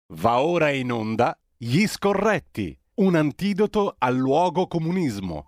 Va ora in onda Gli Scorretti, un antidoto al luogo comunismo.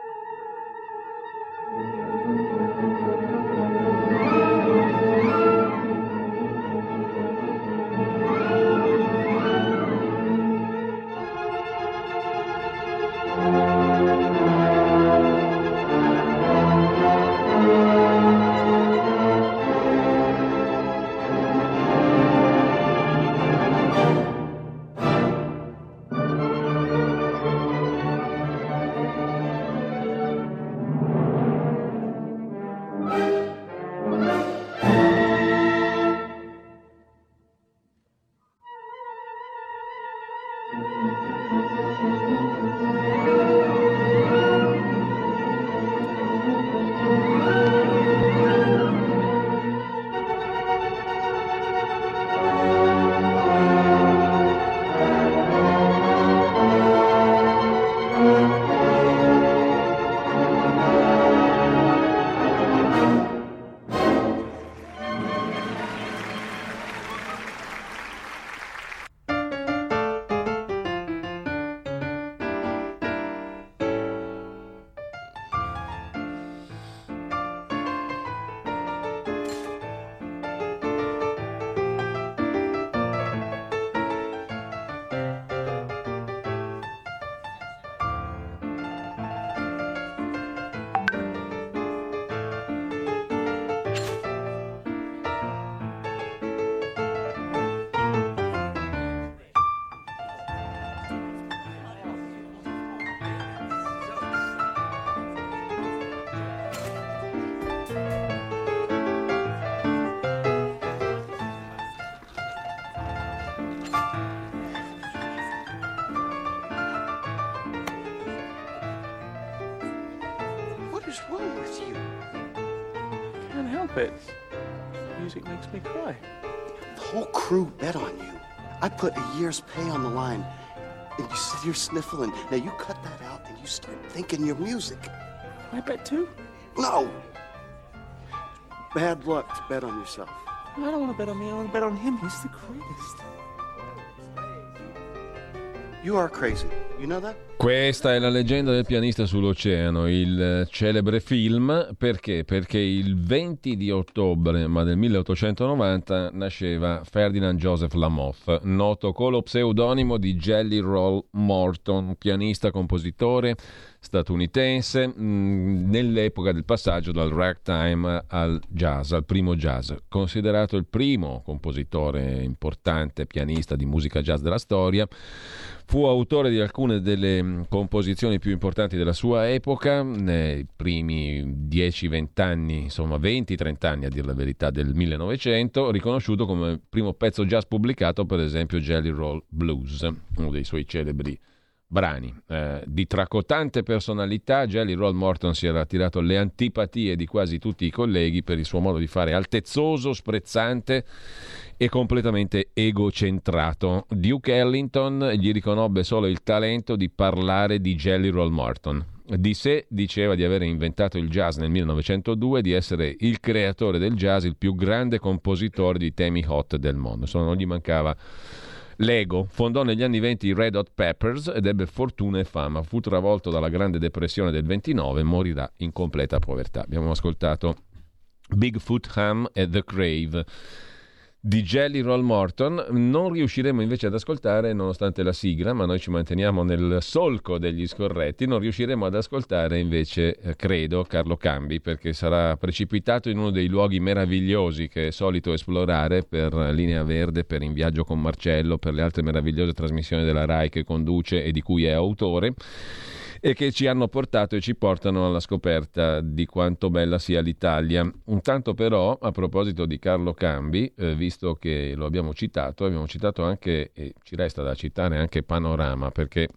What is wrong with you? Can't help it. Music makes me cry. The whole crew bet on you. I put a year's pay on the line, and you sit here sniffling. Now you cut that out and you start thinking your music. I bet too? No! Bad luck to bet on yourself. I don't want to bet on me. I want to bet on him. He's the greatest. You are crazy. You know that? Questa è la leggenda del pianista sull'oceano, il celebre film. Perché? Perché il 20 di ottobre ma del 1890 nasceva Ferdinand Joseph Lamotte, noto con lo pseudonimo di Jelly Roll Morton, pianista compositore statunitense nell'epoca del passaggio dal ragtime al jazz, al primo jazz, considerato il primo compositore importante pianista di musica jazz della storia. Fu autore di alcune delle composizioni più importanti della sua epoca, nei primi 10-20 anni, insomma 20-30 anni a dir la verità, del 1900, riconosciuto come primo pezzo jazz pubblicato, per esempio Jelly Roll Blues, uno dei suoi celebri brani. Di tracotante personalità, Jelly Roll Morton si era attirato le antipatie di quasi tutti i colleghi per il suo modo di fare altezzoso, sprezzante e completamente egocentrato. Duke Ellington gli riconobbe solo il talento di parlare di Jelly Roll Morton. Di sé diceva di aver inventato il jazz nel 1902, di essere il creatore del jazz, il più grande compositore di temi hot del mondo. Insomma, non gli mancava l'ego. Fondò negli anni 20 i Red Hot Peppers ed ebbe fortuna e fama. Fu travolto dalla Grande Depressione del 29 e morirà in completa povertà. Abbiamo ascoltato Bigfoot Ham e The Crave di Jelly Roll Morton. Non riusciremo invece ad ascoltare, nonostante la sigla, ma noi ci manteniamo nel solco degli scorretti, non riusciremo ad ascoltare invece, credo, Carlo Cambi, perché sarà precipitato in uno dei luoghi meravigliosi che è solito esplorare per Linea Verde, per In Viaggio con Marcello, per le altre meravigliose trasmissioni della Rai che conduce e di cui è autore, e che ci hanno portato e ci portano alla scoperta di quanto bella sia l'Italia. Intanto però, a proposito di Carlo Cambi, visto che lo abbiamo citato anche, e ci resta da citare anche Panorama, perché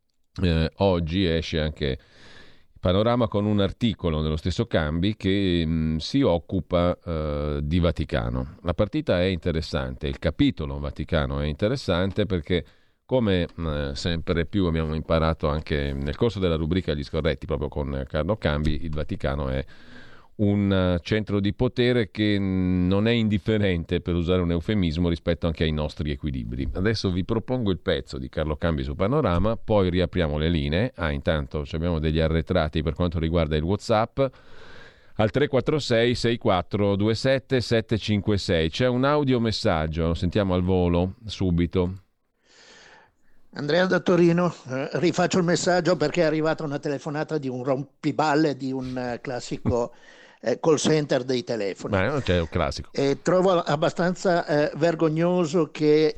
oggi esce anche Panorama con un articolo dello stesso Cambi che si occupa di Vaticano. La partita è interessante, il capitolo Vaticano è interessante perché, come sempre più abbiamo imparato anche nel corso della rubrica Gli Scorretti, proprio con Carlo Cambi, il Vaticano è un centro di potere che non è indifferente, per usare un eufemismo, rispetto anche ai nostri equilibri. Adesso vi propongo il pezzo di Carlo Cambi su Panorama, poi riapriamo le linee. Intanto abbiamo degli arretrati per quanto riguarda il WhatsApp al 346 6427 756. C'è un audiomessaggio, lo sentiamo al volo subito. Andrea da Torino, rifaccio il messaggio perché è arrivata una telefonata di un rompiballe di un classico call center dei telefoni. Ok, è un classico. Trovo abbastanza vergognoso che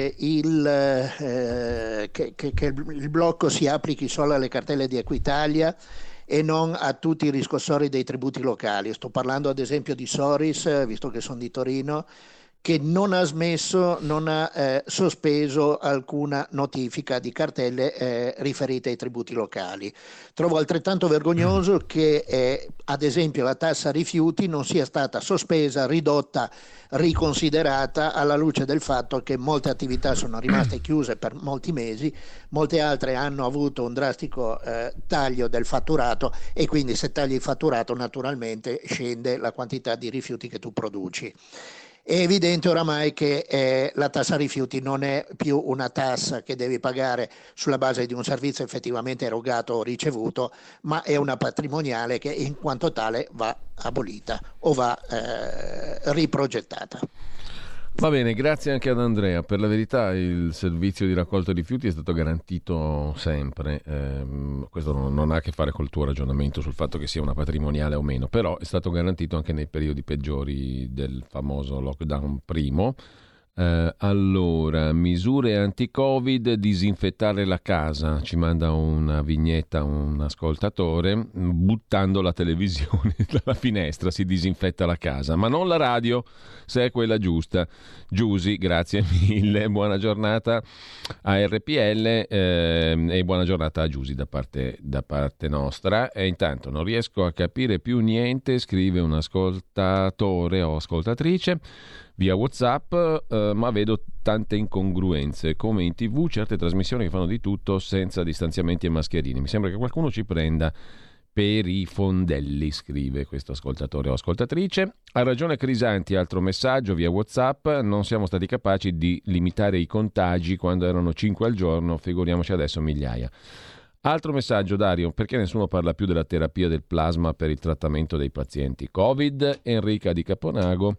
il blocco si applichi solo alle cartelle di Equitalia e non a tutti i riscossori dei tributi locali. Sto parlando ad esempio di Soris, visto che sono di Torino, che non ha sospeso alcuna notifica di cartelle riferite ai tributi locali. Trovo altrettanto vergognoso che ad esempio la tassa rifiuti non sia stata sospesa, ridotta, riconsiderata alla luce del fatto che molte attività sono rimaste chiuse per molti mesi, molte altre hanno avuto un drastico taglio del fatturato e quindi se tagli il fatturato naturalmente scende la quantità di rifiuti che tu produci. È evidente oramai che la tassa rifiuti non è più una tassa che devi pagare sulla base di un servizio effettivamente erogato o ricevuto, ma è una patrimoniale che in quanto tale va abolita o va riprogettata. Va bene, grazie anche ad Andrea. Per la verità il servizio di raccolta rifiuti è stato garantito sempre, questo non ha a che fare col tuo ragionamento sul fatto che sia una patrimoniale o meno, però è stato garantito anche nei periodi peggiori del famoso lockdown primo. Allora, misure anti-Covid, disinfettare la casa, ci manda una vignetta un ascoltatore, buttando la televisione dalla finestra si disinfetta la casa, ma non la radio, se è quella giusta. Giusy, grazie mille, buona giornata a RPL e buona giornata a Giusy da parte nostra. E intanto non riesco a capire più niente, scrive un ascoltatore o ascoltatrice via WhatsApp, ma vedo tante incongruenze, come in TV certe trasmissioni che fanno di tutto senza distanziamenti e mascherine. Mi sembra che qualcuno ci prenda per i fondelli, scrive questo ascoltatore o ascoltatrice. Ha ragione Crisanti, altro messaggio via WhatsApp, non siamo stati capaci di limitare i contagi quando erano 5 al giorno, figuriamoci adesso migliaia. Altro messaggio, Dario, perché nessuno parla più della terapia del plasma per il trattamento dei pazienti Covid? Enrica di Caponago.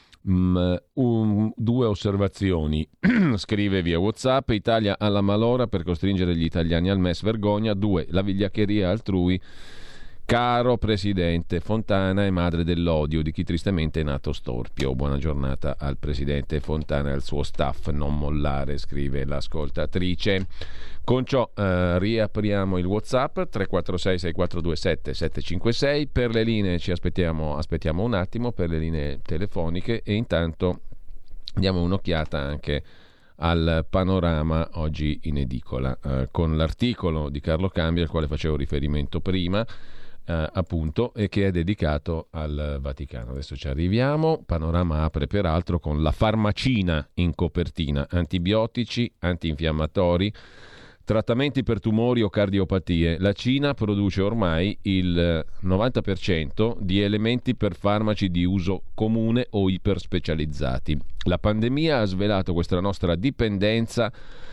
Due osservazioni, scrive via WhatsApp: Italia alla malora per costringere gli italiani al MES, vergogna. 2, la vigliaccheria altrui. Caro presidente, Fontana è madre dell'odio di chi tristemente è nato storpio. Buona giornata al presidente Fontana e al suo staff, non mollare, scrive l'ascoltatrice. Con ciò riapriamo il WhatsApp 346 6427 756. Per le linee ci aspettiamo un attimo per le linee telefoniche e intanto diamo un'occhiata anche al Panorama oggi in edicola con l'articolo di Carlo Cambi al quale facevo riferimento prima, appunto, e che è dedicato al Vaticano. Adesso ci arriviamo. Panorama apre peraltro con la farmacina in copertina: antibiotici, antinfiammatori, trattamenti per tumori o cardiopatie. La Cina produce ormai il 90% di elementi per farmaci di uso comune o iperspecializzati. La pandemia ha svelato questa nostra dipendenza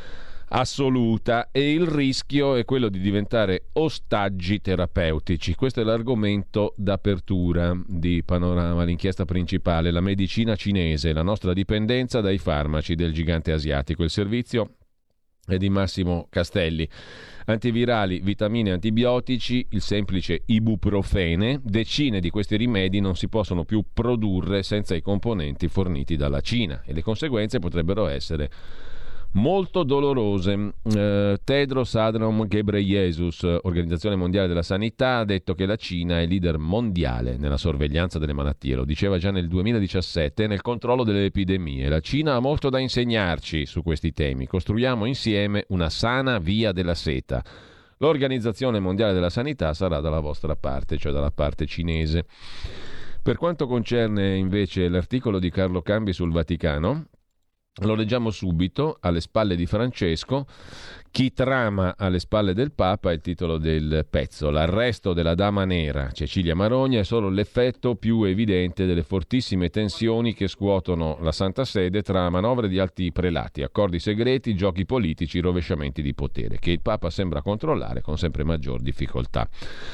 assoluta e il rischio è quello di diventare ostaggi terapeutici. Questo è l'argomento d'apertura di Panorama, l'inchiesta principale: la medicina cinese, la nostra dipendenza dai farmaci del gigante asiatico. Il servizio è di Massimo Castelli. Antivirali, vitamine, antibiotici, il semplice ibuprofene. Decine di questi rimedi non si possono più produrre senza i componenti forniti dalla Cina e le conseguenze potrebbero essere molto dolorose. Tedros Adhanom Ghebreyesus, Organizzazione Mondiale della Sanità, ha detto che la Cina è leader mondiale nella sorveglianza delle malattie. Lo diceva già nel 2017 nel controllo delle epidemie. La Cina ha molto da insegnarci su questi temi. Costruiamo insieme una sana via della seta. L'Organizzazione Mondiale della Sanità sarà dalla vostra parte, cioè dalla parte cinese. Per quanto concerne invece l'articolo di Carlo Cambi sul Vaticano, lo leggiamo subito, alle spalle di Francesco, Chi trama alle spalle del Papa è il titolo del pezzo. L'arresto della dama nera, Cecilia Marogna, è solo l'effetto più evidente delle fortissime tensioni che scuotono la Santa Sede tra manovre di alti prelati, accordi segreti, giochi politici, rovesciamenti di potere, che il Papa sembra controllare con sempre maggior difficoltà.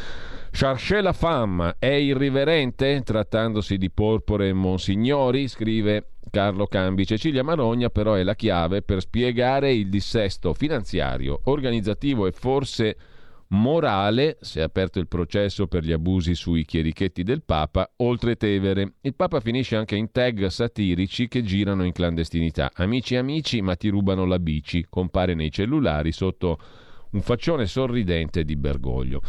Cherchez la femme è irriverente trattandosi di porpore e monsignori, scrive Carlo Cambi. Cecilia Marogna però è la chiave per spiegare il dissesto finanziario, organizzativo e forse morale, se è aperto il processo per gli abusi sui chierichetti del Papa, oltre Tevere. Il Papa finisce anche in tag satirici che girano in clandestinità. Amici amici ma ti rubano la bici, compare nei cellulari sotto un faccione sorridente di Bergoglio.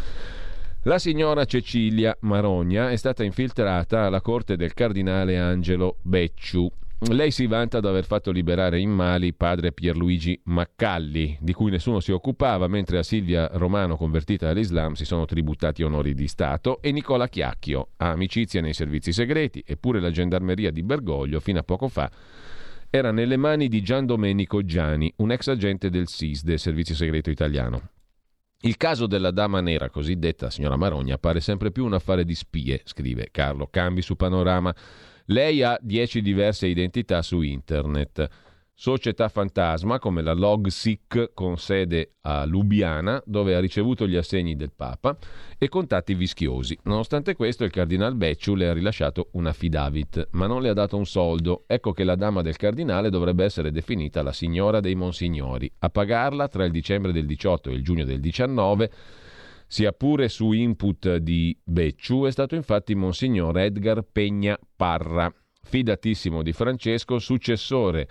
La signora Cecilia Marogna è stata infiltrata alla corte del cardinale Angelo Becciu. Lei si vanta di aver fatto liberare in Mali padre Pierluigi Maccalli, di cui nessuno si occupava, mentre a Silvia Romano, convertita all'Islam, si sono tributati onori di Stato, e Nicola Chiacchio ha amicizia nei servizi segreti, eppure la gendarmeria di Bergoglio, fino a poco fa, era nelle mani di Gian Domenico Giani, un ex agente del SIS, del Servizio Segreto Italiano. Il caso della dama nera, cosiddetta signora Marogna, pare sempre più un affare di spie, scrive Carlo Cambi su Panorama. Lei ha 10 diverse identità su internet. Società fantasma come la LogSic con sede a Lubiana, dove ha ricevuto gli assegni del Papa, e contatti vischiosi. Nonostante questo, il cardinal Becciu le ha rilasciato un affidavit, ma non le ha dato un soldo. Ecco che la dama del cardinale dovrebbe essere definita la signora dei monsignori. A pagarla tra il dicembre del 18 e il giugno del 19, sia pure su input di Becciu, è stato infatti monsignor Edgar Peña Parra, fidatissimo di Francesco, successore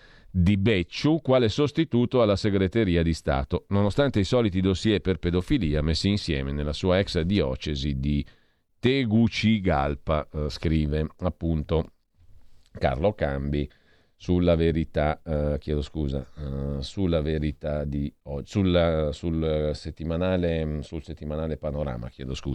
di Becciu quale sostituto alla segreteria di Stato, nonostante i soliti dossier per pedofilia messi insieme nella sua ex diocesi di Tegucigalpa, scrive appunto Carlo Cambi sulla Verità, sulla Verità di oggi, sul settimanale Panorama,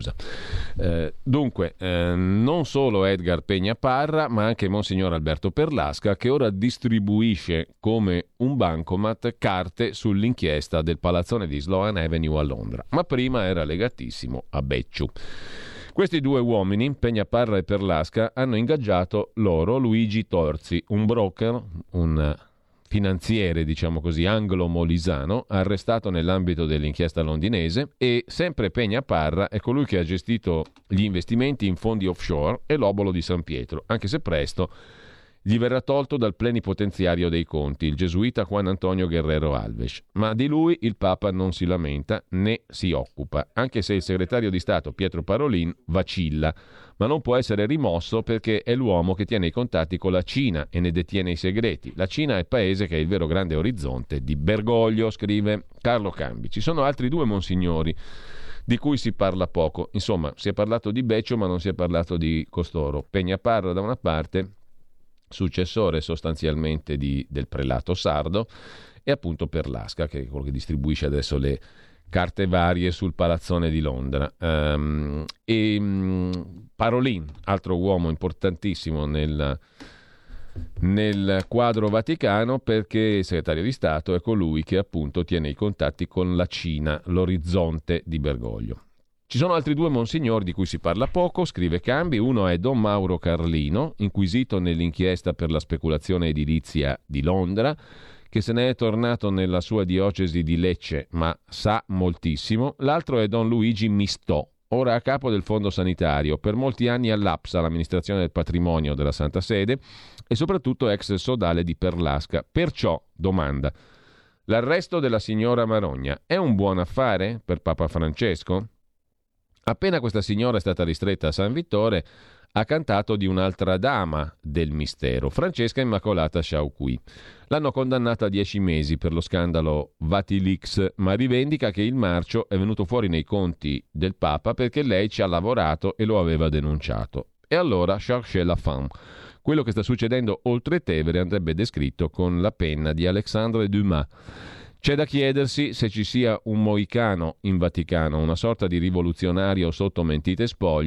Dunque, non solo Edgar Peña Parra, ma anche Monsignor Alberto Perlasca, che ora distribuisce come un bancomat carte sull'inchiesta del palazzone di Sloane Avenue a Londra, ma prima era legatissimo a Becciu. Questi due uomini, Peñaparra e Perlasca, hanno ingaggiato loro Luigi Torzi, un broker, un finanziere, diciamo così, anglo-molisano, arrestato nell'ambito dell'inchiesta londinese, e sempre Peñaparra è colui che ha gestito gli investimenti in fondi offshore e l'obolo di San Pietro, anche se presto gli verrà tolto dal plenipotenziario dei conti, il gesuita Juan Antonio Guerrero Alves. Ma di lui il Papa non si lamenta né si occupa, anche se il segretario di Stato Pietro Parolin vacilla, ma non può essere rimosso perché è l'uomo che tiene i contatti con la Cina e ne detiene i segreti. La Cina è il paese che è il vero grande orizzonte di Bergoglio, scrive Carlo Cambi. Ci sono altri due monsignori di cui si parla poco. Insomma, si è parlato di Becciu ma non si è parlato di costoro. Peñaparra da una parte, successore sostanzialmente del prelato sardo, e appunto Perlasca, che è quello che distribuisce adesso le carte varie sul palazzone di Londra. Parolin, altro uomo importantissimo nel quadro vaticano, perché il segretario di Stato è colui che appunto tiene i contatti con la Cina, l'orizzonte di Bergoglio. Ci sono altri due monsignori di cui si parla poco, scrive Cambi. Uno è Don Mauro Carlino, inquisito nell'inchiesta per la speculazione edilizia di Londra, che se ne è tornato nella sua diocesi di Lecce, ma sa moltissimo. L'altro è Don Luigi Mistò, ora a capo del Fondo Sanitario, per molti anni all'APSA, l'amministrazione del patrimonio della Santa Sede, e soprattutto ex sodale di Perlasca. Perciò, domanda, l'arresto della signora Marogna è un buon affare per Papa Francesco? Appena questa signora è stata ristretta a San Vittore, ha cantato di un'altra dama del mistero, Francesca Immacolata Sciauqui. L'hanno condannata a 10 mesi per lo scandalo Vatilix, ma rivendica che il marcio è venuto fuori nei conti del Papa perché lei ci ha lavorato e lo aveva denunciato. E allora cherchez la femme. Quello che sta succedendo oltre Tevere andrebbe descritto con la penna di Alexandre Dumas. C'è da chiedersi se ci sia un moicano in Vaticano, una sorta di rivoluzionario sotto mentite spoglie,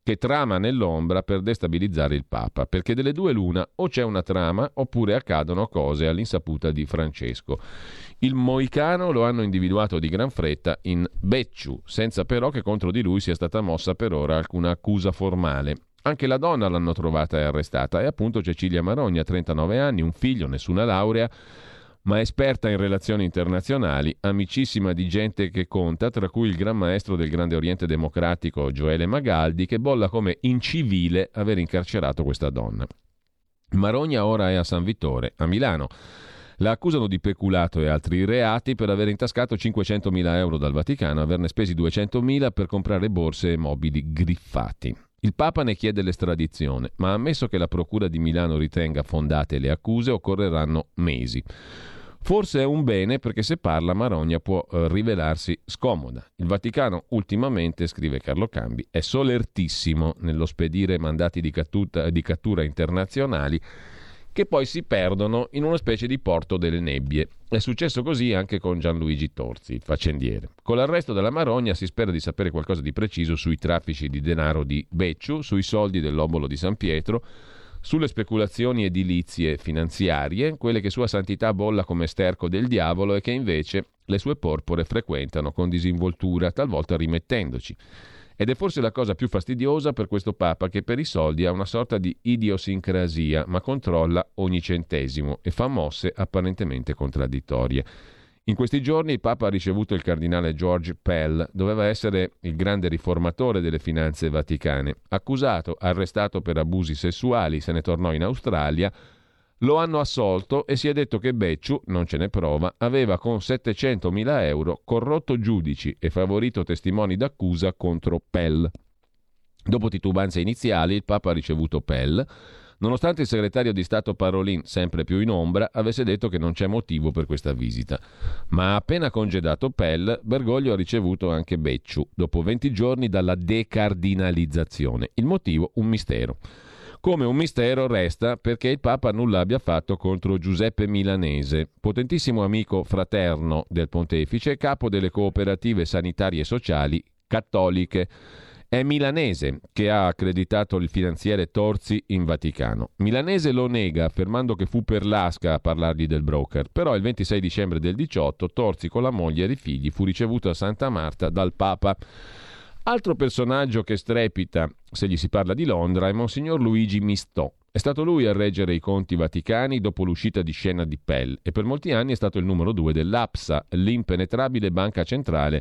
che trama nell'ombra per destabilizzare il Papa, perché delle due l'una, o c'è una trama oppure accadono cose all'insaputa di Francesco. Il moicano lo hanno individuato di gran fretta in Becciu, senza però che contro di lui sia stata mossa per ora alcuna accusa formale. Anche la donna l'hanno trovata e arrestata, è appunto Cecilia Marogna, 39 anni, un figlio, nessuna laurea, ma esperta in relazioni internazionali, amicissima di gente che conta, tra cui il gran maestro del Grande Oriente Democratico Gioele Magaldi, che bolla come incivile aver incarcerato questa donna. Marogna ora è a San Vittore, a Milano. La accusano di peculato e altri reati per aver intascato 500.000 euro dal Vaticano, averne spesi 200.000 per comprare borse e mobili griffati. Il Papa ne chiede l'estradizione, ma ammesso che la Procura di Milano ritenga fondate le accuse, occorreranno mesi. Forse è un bene, perché se parla Marogna può rivelarsi scomoda. Il Vaticano ultimamente, scrive Carlo Cambi, è solertissimo nello spedire mandati di cattura internazionali che poi si perdono in una specie di porto delle nebbie. È successo così anche con Gianluigi Torzi, il faccendiere. Con l'arresto della Marogna si spera di sapere qualcosa di preciso sui traffici di denaro di Becciu, sui soldi dell'obolo di San Pietro, sulle speculazioni edilizie e finanziarie, quelle che Sua Santità bolla come sterco del diavolo e che invece le sue porpore frequentano con disinvoltura, talvolta rimettendoci. Ed è forse la cosa più fastidiosa per questo Papa, che per i soldi ha una sorta di idiosincrasia, ma controlla ogni centesimo e fa mosse apparentemente contraddittorie. In questi giorni il Papa ha ricevuto il cardinale George Pell, doveva essere il grande riformatore delle finanze vaticane. Accusato, arrestato per abusi sessuali, se ne tornò in Australia. Lo hanno assolto e si è detto che Becciu, non ce n'è prova, aveva con 700.000 euro corrotto giudici e favorito testimoni d'accusa contro Pell. Dopo titubanze iniziali, il Papa ha ricevuto Pell, nonostante il segretario di Stato Parolin, sempre più in ombra, avesse detto che non c'è motivo per questa visita. Ma appena congedato Pell, Bergoglio ha ricevuto anche Becciu, dopo 20 giorni dalla decardinalizzazione. Il motivo? Un mistero. Come un mistero resta perché il Papa nulla abbia fatto contro Giuseppe Milanese, potentissimo amico fraterno del pontefice, capo delle cooperative sanitarie e sociali cattoliche. È Milanese che ha accreditato il finanziere Torzi in Vaticano. Milanese lo nega, affermando che fu Perlasca a parlargli del broker. Però il 26 dicembre del 18 Torzi con la moglie e i figli fu ricevuto a Santa Marta dal Papa. Altro personaggio che strepita se gli si parla di Londra è Monsignor Luigi Mistò. È stato lui a reggere i conti vaticani dopo l'uscita di scena di Pell e per molti anni è stato il numero 2 dell'APSA, l'impenetrabile banca centrale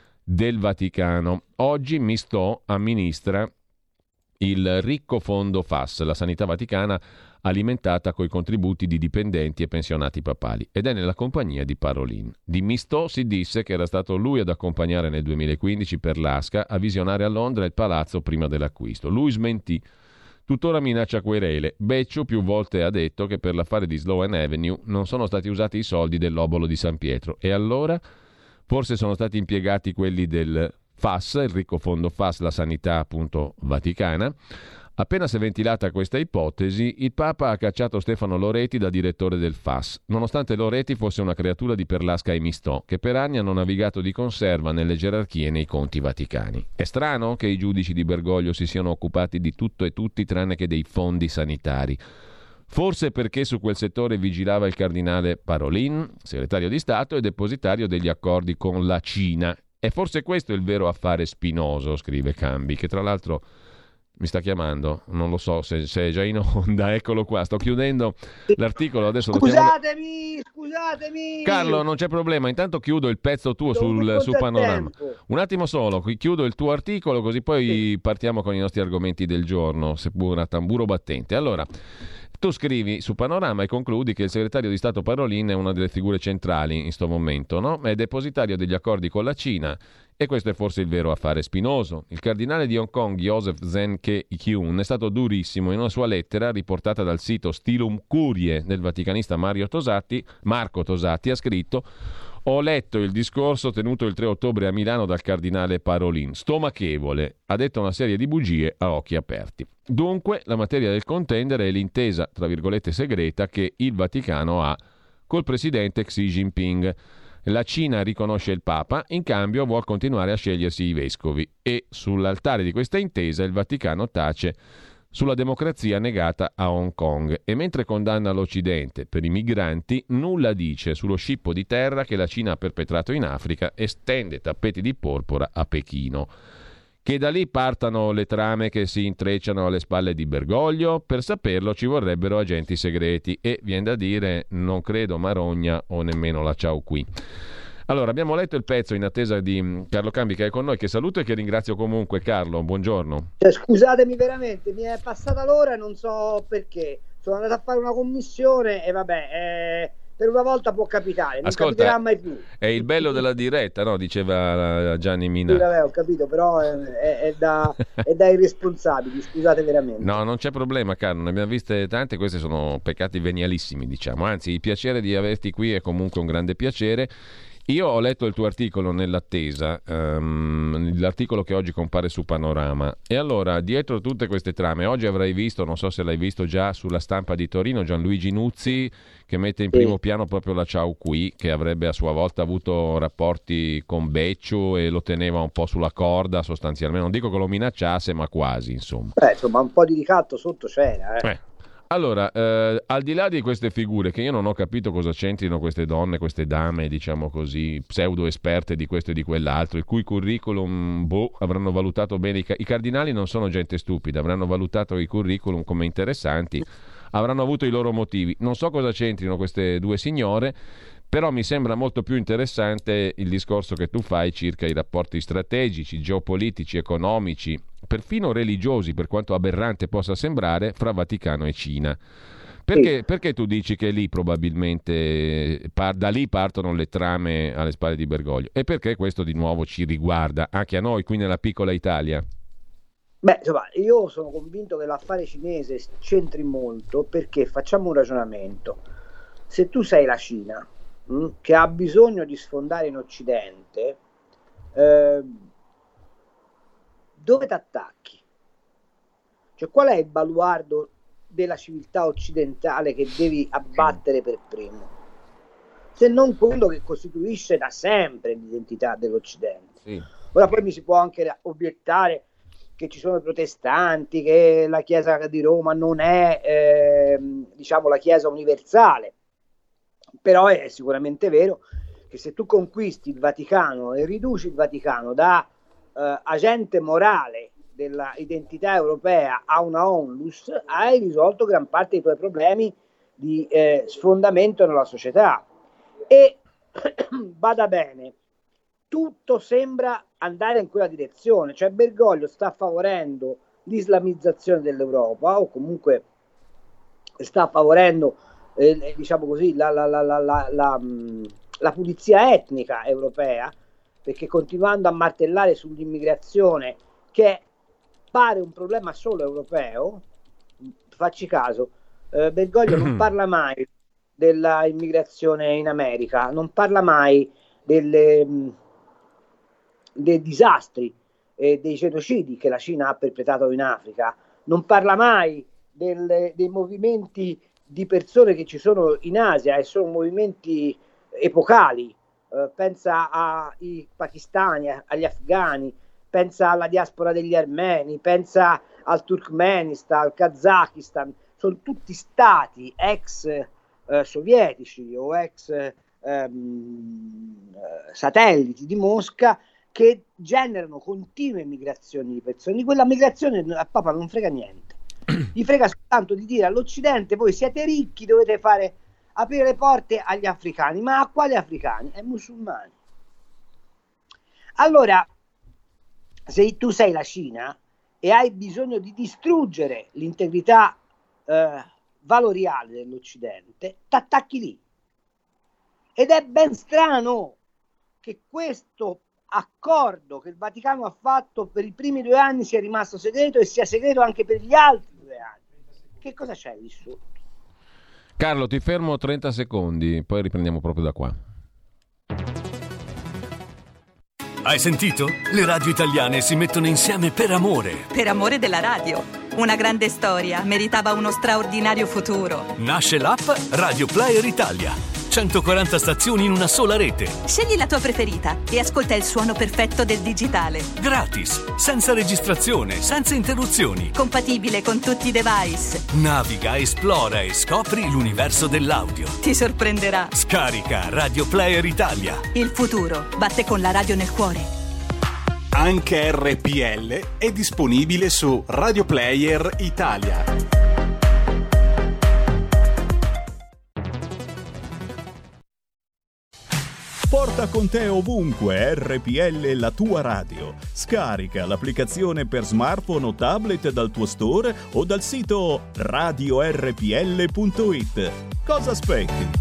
del Vaticano. Oggi Mistò amministra il ricco fondo FAS, la sanità vaticana alimentata coi contributi di dipendenti e pensionati papali, ed è nella compagnia di Parolin. Di Mistò si disse che era stato lui ad accompagnare nel 2015 Perlasca a visionare a Londra il palazzo prima dell'acquisto. Lui smentì. Tuttora minaccia querele. Becciu più volte ha detto che per l'affare di Sloane Avenue non sono stati usati i soldi dell'obolo di San Pietro. E allora? Forse sono stati impiegati quelli del FAS, il ricco fondo FAS, la sanità appunto vaticana. Appena si è ventilata questa ipotesi, il Papa ha cacciato Stefano Loreti da direttore del FAS, nonostante Loreti fosse una creatura di Perlasca e Mistò, che per anni hanno navigato di conserva nelle gerarchie e nei conti vaticani. È strano che i giudici di Bergoglio si siano occupati di tutto e tutti tranne che dei fondi sanitari. Forse perché su quel settore vigilava il cardinale Parolin, segretario di Stato e depositario degli accordi con la Cina. E forse questo è il vero affare spinoso, scrive Cambi, che tra l'altro mi sta chiamando, non lo so se è già in onda, eccolo qua, sto chiudendo l'articolo, adesso Scusatemi! Carlo, non c'è problema, intanto chiudo il pezzo tuo su Panorama. Un attimo solo, chiudo il tuo articolo così poi partiamo con i nostri argomenti del giorno, seppur a tamburo battente. Allora, tu scrivi su Panorama e concludi che il segretario di Stato Parolin è una delle figure centrali in questo momento, no? È depositario degli accordi con la Cina. E questo è forse il vero affare spinoso. Il cardinale di Hong Kong, Joseph Zen Ke-kyun, è stato durissimo in una sua lettera riportata dal sito Stilum Curie del vaticanista Marco Tosatti, ha scritto: ho letto il discorso tenuto il 3 ottobre a Milano dal cardinale Parolin, stomachevole, ha detto una serie di bugie a occhi aperti. Dunque, la materia del contender è l'intesa, tra virgolette segreta, che il Vaticano ha col presidente Xi Jinping. La Cina riconosce il Papa, in cambio vuol continuare a scegliersi i vescovi e sull'altare di questa intesa il Vaticano tace sulla democrazia negata a Hong Kong e mentre condanna l'Occidente per i migranti nulla dice sullo scippo di terra che la Cina ha perpetrato in Africa e stende tappeti di porpora a Pechino. Che da lì partano le trame che si intrecciano alle spalle di Bergoglio? Per saperlo ci vorrebbero agenti segreti e, viene da dire, non credo Marogna o nemmeno la Ciao Qui. Allora, abbiamo letto il pezzo in attesa di Carlo Cambi che è con noi, che saluto e che ringrazio comunque. Carlo, buongiorno. Scusatemi veramente, mi è passata l'ora e non so perché. Sono andato a fare una commissione e vabbè... Per una volta può capitare, non capiterà mai più. È il bello della diretta, no? Diceva Gianni Minà. Sì, vabbè, ho capito, però è da irresponsabili, scusate veramente. No, non c'è problema, Carlo, ne abbiamo viste tante, questi sono peccati venialissimi, diciamo. Anzi, il piacere di averti qui è comunque un grande piacere. Io ho letto il tuo articolo nell'attesa, l'articolo che oggi compare su Panorama, e allora dietro tutte queste trame, oggi avrai visto, non so se l'hai visto già sulla Stampa di Torino, Gianluigi Nuzzi che mette in primo piano proprio la Ciao Qui, che avrebbe a sua volta avuto rapporti con Becciu e lo teneva un po' sulla corda sostanzialmente, non dico che lo minacciasse ma quasi, insomma. Insomma un po' di ricatto sotto c'era. Allora, al di là di queste figure, che io non ho capito cosa c'entrino queste donne, queste dame, diciamo così, pseudo esperte di questo e di quell'altro, il cui curriculum, avranno valutato bene, i cardinali non sono gente stupida, avranno valutato i curriculum come interessanti, avranno avuto i loro motivi. Non so cosa c'entrino queste due signore, però mi sembra molto più interessante il discorso che tu fai circa i rapporti strategici, geopolitici, economici, perfino religiosi, per quanto aberrante possa sembrare, fra Vaticano e Cina. Perché tu dici che lì probabilmente da lì partono le trame alle spalle di Bergoglio? E perché questo di nuovo ci riguarda anche a noi qui nella piccola Italia? Beh, insomma, io sono convinto che l'affare cinese c'entri molto, perché facciamo un ragionamento. Se tu sei la Cina, che ha bisogno di sfondare in Occidente, dove ti attacchi? Cioè, qual è il baluardo della civiltà occidentale che devi abbattere per primo? Se non quello che costituisce da sempre l'identità dell'Occidente. Sì. Ora poi mi si può anche obiettare che ci sono i protestanti, che la Chiesa di Roma non è diciamo la Chiesa universale, però è sicuramente vero che se tu conquisti il Vaticano e riduci il Vaticano da agente morale della identità europea a una onlus, hai risolto gran parte dei tuoi problemi di sfondamento nella società. E bada bene, tutto sembra andare in quella direzione, cioè Bergoglio sta favorendo l'islamizzazione dell'Europa, o comunque sta favorendo diciamo così la pulizia etnica europea, perché continuando a martellare sull'immigrazione, che pare un problema solo europeo, facci caso, Bergoglio non parla mai della immigrazione in America, non parla mai dei disastri e dei genocidi che la Cina ha perpetrato in Africa, non parla mai dei movimenti di persone che ci sono in Asia, e sono movimenti epocali. Pensa ai pakistani, agli afghani, pensa alla diaspora degli armeni, pensa al Turkmenistan, al Kazakistan. Sono tutti stati ex sovietici o ex satelliti di Mosca, che generano continue migrazioni di persone. Di quella migrazione a Papa non frega niente, gli frega soltanto di dire all'Occidente: voi siete ricchi, dovete aprire le porte agli africani. Ma a quali africani? Ai musulmani. Allora, se tu sei la Cina e hai bisogno di distruggere l'integrità valoriale dell'Occidente, t'attacchi lì. Ed è ben strano che questo accordo che il Vaticano ha fatto per i primi 2 anni sia rimasto segreto e sia segreto anche per gli altri 2 anni. Che cosa c'è lì sotto? Carlo, ti fermo 30 secondi, poi riprendiamo proprio da qua. Hai sentito? Le radio italiane si mettono insieme per amore. Per amore della radio. Una grande storia meritava uno straordinario futuro. Nasce l'app Radio Player Italia. 140 stazioni in una sola rete. Scegli la tua preferita e ascolta il suono perfetto del digitale. Gratis, senza registrazione, senza interruzioni. Compatibile con tutti i device. Naviga, esplora e scopri l'universo dell'audio. Ti sorprenderà. Scarica Radio Player Italia. Il futuro batte con la radio nel cuore. Anche RPL è disponibile su Radio Player Italia. Porta con te ovunque RPL, la tua radio. Scarica l'applicazione per smartphone o tablet dal tuo store o dal sito radiorpl.it. Cosa aspetti?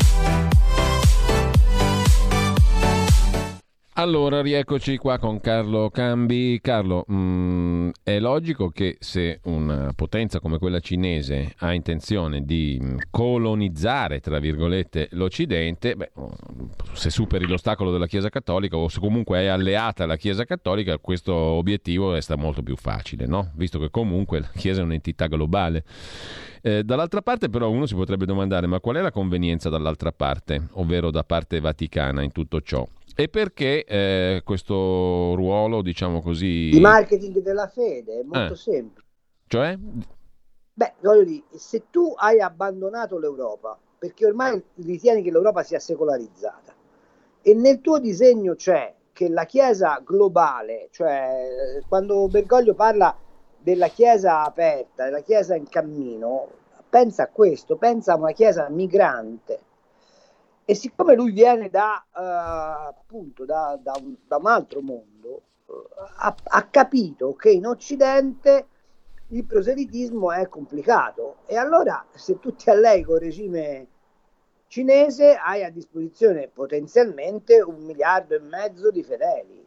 Allora, rieccoci qua con Carlo Cambi. Carlo, è logico che se una potenza come quella cinese ha intenzione di colonizzare, tra virgolette, l'Occidente, se superi l'ostacolo della Chiesa Cattolica o se comunque è alleata alla Chiesa Cattolica, questo obiettivo sta molto più facile, no? Visto che comunque la Chiesa è un'entità globale. Dall'altra parte però uno si potrebbe domandare, ma qual è la convenienza dall'altra parte, ovvero da parte vaticana in tutto ciò? E perché questo ruolo, diciamo così... di marketing della fede è molto semplice. Cioè? Beh, voglio dire, se tu hai abbandonato l'Europa, perché ormai ritieni che l'Europa sia secolarizzata, e nel tuo disegno c'è che la Chiesa globale, cioè quando Bergoglio parla della Chiesa aperta, della Chiesa in cammino, pensa a questo, pensa a una Chiesa migrante. E siccome lui viene appunto da un altro mondo, ha capito che in Occidente il proselitismo è complicato, e allora se tu ti allei col regime cinese hai a disposizione potenzialmente 1,5 miliardi di fedeli.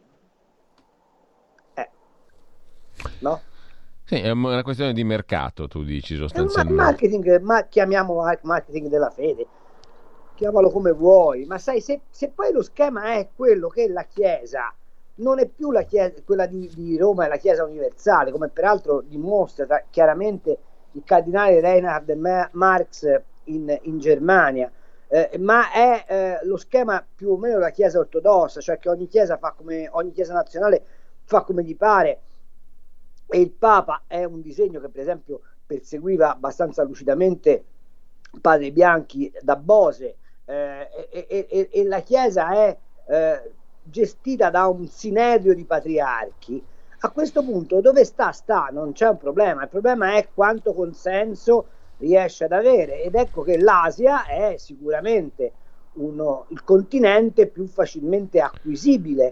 No? Sì, è una questione di mercato, tu dici sostanzialmente. È un marketing, chiamiamolo marketing della fede, chiamalo come vuoi, ma sai, se poi lo schema è quello che la Chiesa non è più la Chiesa, quella di Roma è la Chiesa universale, come peraltro dimostra chiaramente il cardinale Reinhard Marx in Germania, ma è lo schema più o meno la Chiesa ortodossa, cioè che ogni Chiesa nazionale fa come gli pare, e il Papa è un disegno che per esempio perseguiva abbastanza lucidamente Padre Bianchi da Bose, e la Chiesa è gestita da un sinedrio di patriarchi. A questo punto dove sta? Non c'è un problema, il problema è quanto consenso riesce ad avere, ed ecco che l'Asia è sicuramente il continente più facilmente acquisibile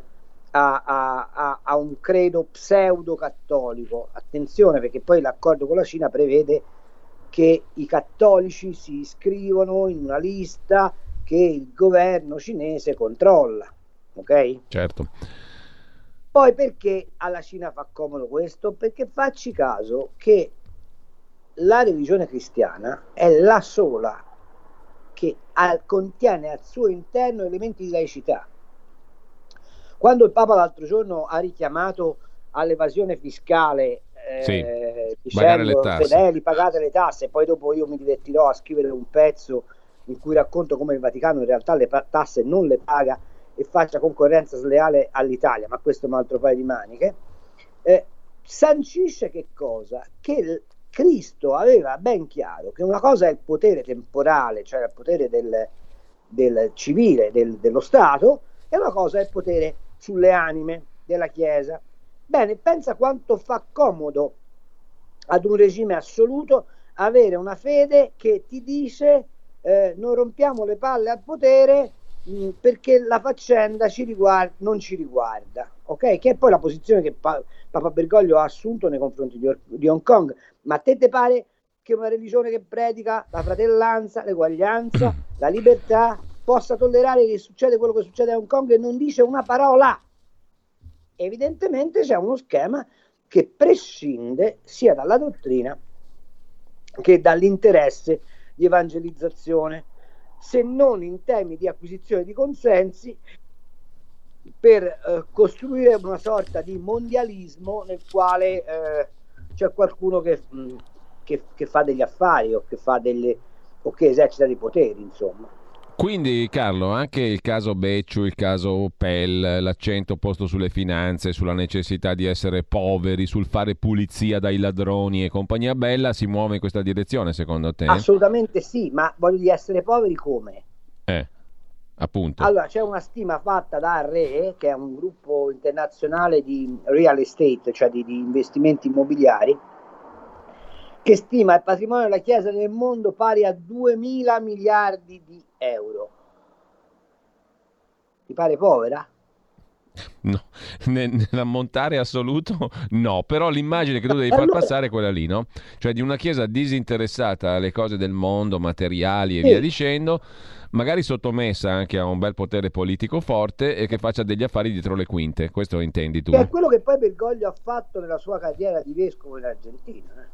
a un credo pseudo cattolico. Attenzione, perché poi l'accordo con la Cina prevede che i cattolici si iscrivono in una lista che il governo cinese controlla, ok? Certo. Poi perché alla Cina fa comodo questo? Perché facci caso che la religione cristiana è la sola che contiene al suo interno elementi di laicità. Quando il Papa l'altro giorno ha richiamato all'evasione fiscale, dicendo fedeli pagate le tasse, poi dopo io mi divertirò a scrivere un pezzo in cui racconto come il Vaticano in realtà le tasse non le paga e faccia concorrenza sleale all'Italia, ma questo è un altro paio di maniche, sancisce che cosa? Che Cristo aveva ben chiaro che una cosa è il potere temporale, cioè il potere del civile, dello Stato, e una cosa è il potere sulle anime della Chiesa. Bene, pensa quanto fa comodo ad un regime assoluto avere una fede che ti dice non rompiamo le palle al potere perché la faccenda non ci riguarda, ok? Che è poi la posizione che Papa Bergoglio ha assunto nei confronti di Hong Kong. Ma a te pare che una religione che predica la fratellanza, l'eguaglianza, la libertà possa tollerare che succede quello che succede a Hong Kong e non dice una parola? Evidentemente c'è uno schema che prescinde sia dalla dottrina che dall'interesse di evangelizzazione, se non in temi di acquisizione di consensi per costruire una sorta di mondialismo nel quale c'è qualcuno che fa degli affari o che esercita dei poteri, insomma. Quindi Carlo, anche il caso Becciu, il caso Pell, l'accento posto sulle finanze, sulla necessità di essere poveri, sul fare pulizia dai ladroni e compagnia bella, si muove in questa direzione secondo te? Assolutamente sì, ma voglio di essere poveri come? Appunto. Allora, c'è una stima fatta da RE, che è un gruppo internazionale di real estate, cioè di investimenti immobiliari, che stima il patrimonio della Chiesa nel mondo pari a 2.000 miliardi di euro. Ti pare povera? No, nell'ammontare assoluto no, però l'immagine che tu devi far passare è quella lì, no? Cioè di una Chiesa disinteressata alle cose del mondo, materiali e via dicendo, magari sottomessa anche a un bel potere politico forte e che faccia degli affari dietro le quinte. Questo intendi tu? Che è quello che poi Bergoglio ha fatto nella sua carriera di vescovo in Argentina.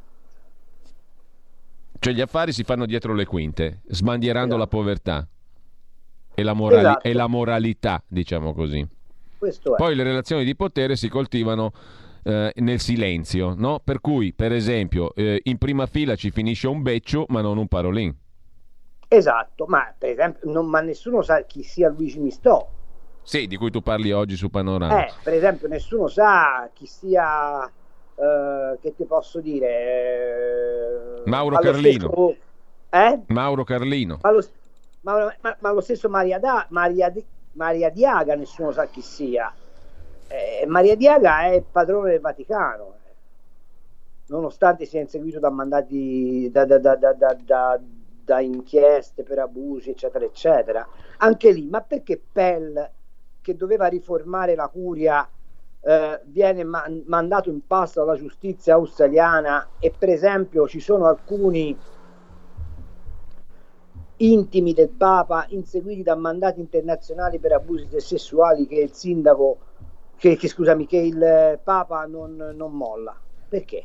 Cioè gli affari si fanno dietro le quinte, sbandierando la povertà e la, e la moralità, diciamo così. Questo è. Poi le relazioni di potere si coltivano nel silenzio, no? Per cui, per esempio, in prima fila ci finisce un Becciu, ma non un Parolin. Esatto, ma per esempio ma nessuno sa chi sia Luigi Mistò. Sì, di cui tu parli oggi su Panorama. Per esempio nessuno sa chi sia, che ti posso dire... Mauro Carlino. Stesso, Mauro Carlino. Ma lo stesso Maria Diaga nessuno sa chi sia. Maria Diaga è padrone del Vaticano, nonostante sia inseguito da mandati da inchieste per abusi eccetera eccetera. Anche lì, ma perché Pell, che doveva riformare la curia, viene mandato in pasto alla giustizia australiana, e per esempio ci sono alcuni intimi del Papa inseguiti da mandati internazionali per abusi sessuali che il sindaco che il Papa non molla? Perché?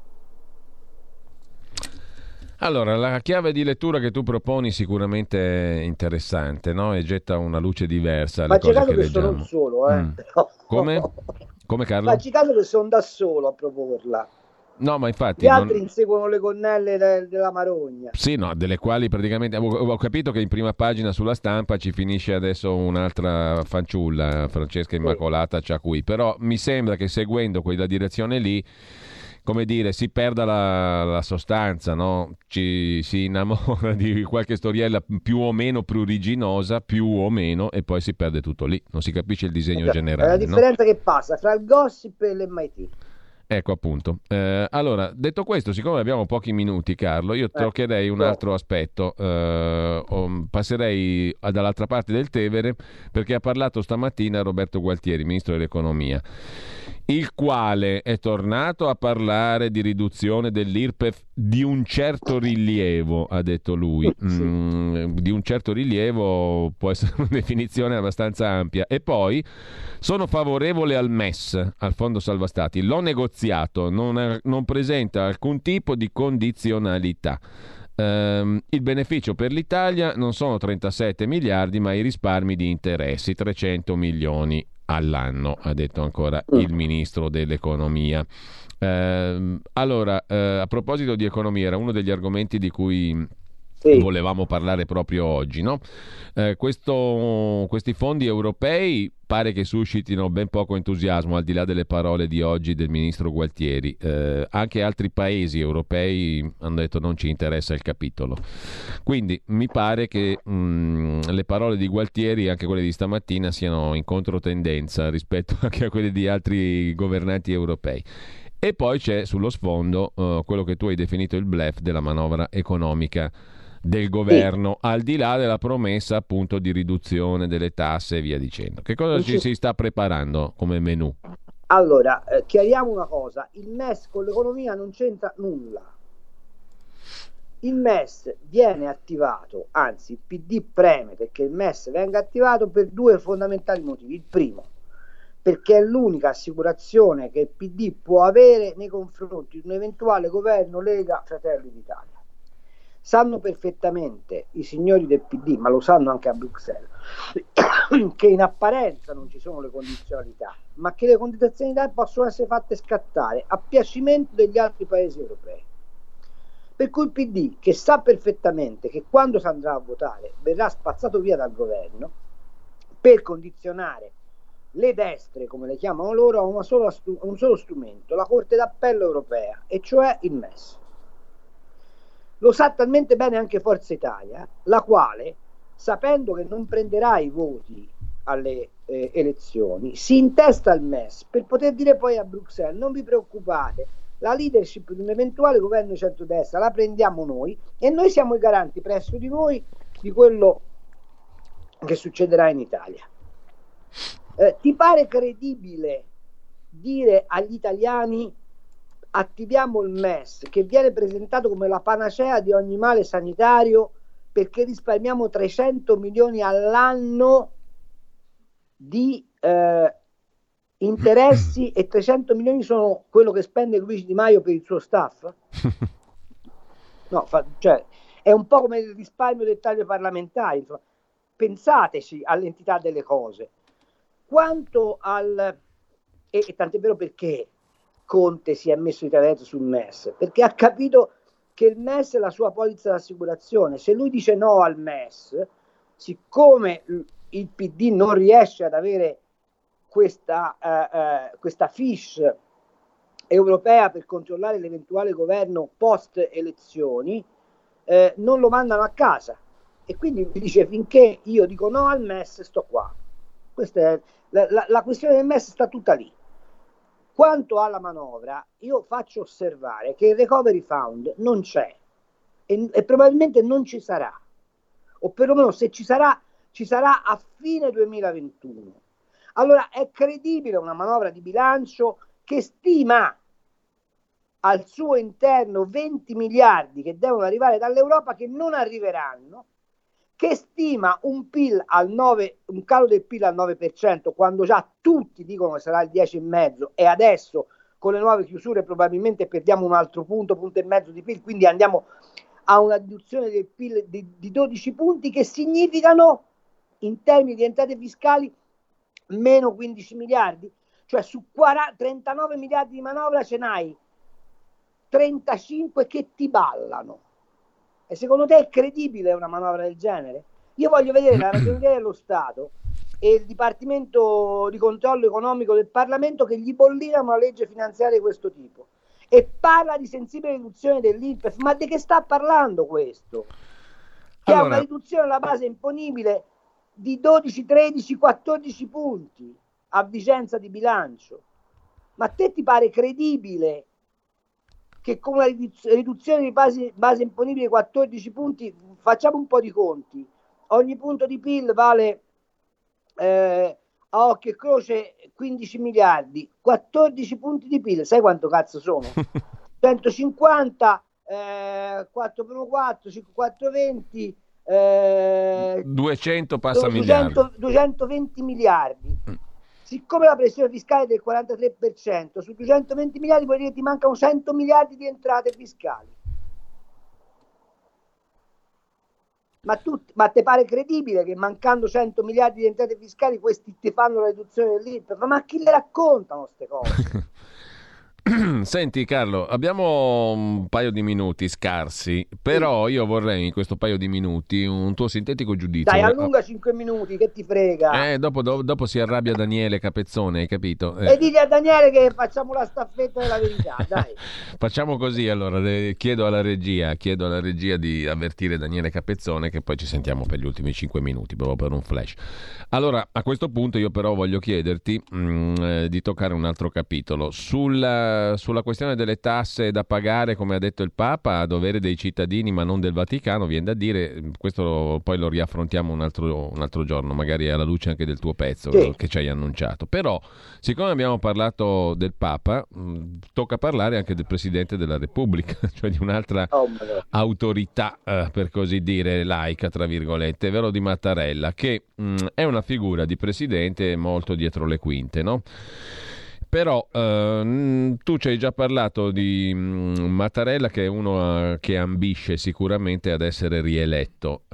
Allora, la chiave di lettura che tu proponi sicuramente è interessante, no? E getta una luce diversa alle cose che leggiamo. Sono solo, però. Come Carlo? Ma caso che sono da solo a proporla. No, ma infatti gli altri inseguono le gonnelle della Marogna. Sì, no, delle quali praticamente ho capito che in prima pagina sulla Stampa ci finisce adesso un'altra fanciulla, Francesca Immacolata Ciacui, però mi sembra che seguendo quella direzione lì, come dire, si perda la sostanza, no? Ci si innamora di qualche storiella più o meno pruriginosa, più o meno, e poi si perde tutto lì, non si capisce il disegno generale. È la differenza, no? Che passa fra il gossip e l'MIT. Ecco appunto. Allora, detto questo, siccome abbiamo pochi minuti, Carlo, io toccherei un altro aspetto. Passerei dall'altra parte del Tevere, perché ha parlato stamattina Roberto Gualtieri, ministro dell'economia, il quale è tornato a parlare di riduzione dell'IRPEF di un certo rilievo, ha detto lui. Di un certo rilievo può essere una definizione abbastanza ampia. E poi sono favorevole al MES, al Fondo Salva Stati, l'ho negoziato, non presenta alcun tipo di condizionalità. Il beneficio per l'Italia non sono 37 miliardi, ma i risparmi di interessi, 300 milioni all'anno, ha detto ancora il ministro dell'economia. Allora, a proposito di economia, era uno degli argomenti di cui volevamo parlare proprio oggi, no? Questi fondi europei pare che suscitino ben poco entusiasmo, al di là delle parole di oggi del ministro Gualtieri. Anche altri paesi europei hanno detto non ci interessa il capitolo. Quindi mi pare che le parole di Gualtieri, anche quelle di stamattina, siano in controtendenza rispetto anche a quelle di altri governanti europei. E poi c'è sullo sfondo quello che tu hai definito il bluff della manovra economica del governo, al di là della promessa appunto di riduzione delle tasse e via dicendo. Che cosa ci si sta preparando come menù? Allora, chiariamo una cosa: il MES con l'economia non c'entra nulla. Il MES viene attivato, anzi il PD preme perché il MES venga attivato per due fondamentali motivi. Il primo, perché è l'unica assicurazione che il PD può avere nei confronti di un eventuale governo Lega Fratelli d'Italia. Sanno perfettamente i signori del PD, ma lo sanno anche a Bruxelles, che in apparenza non ci sono le condizionalità, ma che le condizionalità possono essere fatte scattare a piacimento degli altri paesi europei. Per cui il PD, che sa perfettamente che quando si andrà a votare verrà spazzato via dal governo per condizionare le destre, come le chiamano loro, a un solo strumento, la Corte d'Appello europea, e cioè il MES. Lo sa talmente bene anche Forza Italia, la quale, sapendo che non prenderà i voti alle elezioni, si intesta al MES per poter dire poi a Bruxelles: non vi preoccupate, la leadership di un eventuale governo di centrodestra la prendiamo noi e noi siamo i garanti presso di voi di quello che succederà in Italia. Ti pare credibile dire agli italiani attiviamo il MES, che viene presentato come la panacea di ogni male sanitario perché risparmiamo 300 milioni all'anno di interessi e 300 milioni sono quello che spende Luigi Di Maio per il suo staff? No, cioè, è un po' come il risparmio del taglio parlamentare, insomma. Pensateci all'entità delle cose. Quanto al... e tant'è vero perché Conte si è messo di traverso sul MES, perché ha capito che il MES è la sua polizza d'assicurazione. Se lui dice no al MES, siccome il PD non riesce ad avere questa fiche europea per controllare l'eventuale governo post elezioni, non lo mandano a casa, e quindi dice: finché io dico no al MES sto qua. Questa è la questione del MES, sta tutta lì. Quanto alla manovra, io faccio osservare che il Recovery Fund non c'è e probabilmente non ci sarà, o perlomeno se ci sarà a fine 2021. Allora è credibile una manovra di bilancio che stima al suo interno 20 miliardi che devono arrivare dall'Europa, che non arriveranno, che stima un calo del PIL al 9%, quando già tutti dicono che sarà il 10,5%, e adesso con le nuove chiusure probabilmente perdiamo un altro punto e mezzo di PIL, quindi andiamo a una riduzione del PIL di 12 punti, che significano in termini di entrate fiscali meno 15 miliardi, cioè su 39 miliardi di manovra ce n'hai 35 che ti ballano. E secondo te è credibile una manovra del genere? Io voglio vedere la Ragioneria dello Stato e il Dipartimento di Controllo Economico del Parlamento che gli bollinano una legge finanziaria di questo tipo e parla di sensibile riduzione dell'IRPEF. Ma di che sta parlando questo? Che ha una riduzione della base imponibile di 12, 13, 14 punti a vigenza di bilancio. Ma a te ti pare credibile che con una riduzione di base imponibile di 14 punti, facciamo un po' di conti, ogni punto di PIL vale a occhio e croce 15 miliardi, 14 punti di PIL, sai quanto cazzo sono? 150, 4 per 4, 5, 4, 20, 200 passa miliardi. 220 miliardi. Siccome la pressione fiscale è del 43%, su 220 miliardi vuol dire che ti mancano 100 miliardi di entrate fiscali. Ma te pare credibile che mancando 100 miliardi di entrate fiscali questi ti fanno la riduzione dell'IRPEF? Ma chi le raccontano queste cose? Senti Carlo, abbiamo un paio di minuti scarsi, però io vorrei in questo paio di minuti un tuo sintetico giudizio. Dai, allunga 5 minuti, che ti frega. Dopo si arrabbia Daniele Capezzone, hai capito? E digli a Daniele che facciamo la staffetta della verità, dai. Facciamo così, allora, chiedo alla regia di avvertire Daniele Capezzone, che poi ci sentiamo per gli ultimi 5 minuti, proprio per un flash. Allora, a questo punto io però voglio chiederti di toccare un altro capitolo. Sulla questione delle tasse da pagare, come ha detto il Papa, a dovere dei cittadini ma non del Vaticano, viene da dire, questo poi lo riaffrontiamo un altro giorno, magari alla luce anche del tuo pezzo che ci hai annunciato. Però, siccome abbiamo parlato del Papa, tocca parlare anche del Presidente della Repubblica, cioè di un'altra autorità, per così dire, laica, tra virgolette, ovvero di Mattarella, che è una figura di presidente molto dietro le quinte, no? Però tu ci hai già parlato di Mattarella, che è uno che ambisce sicuramente ad essere rieletto,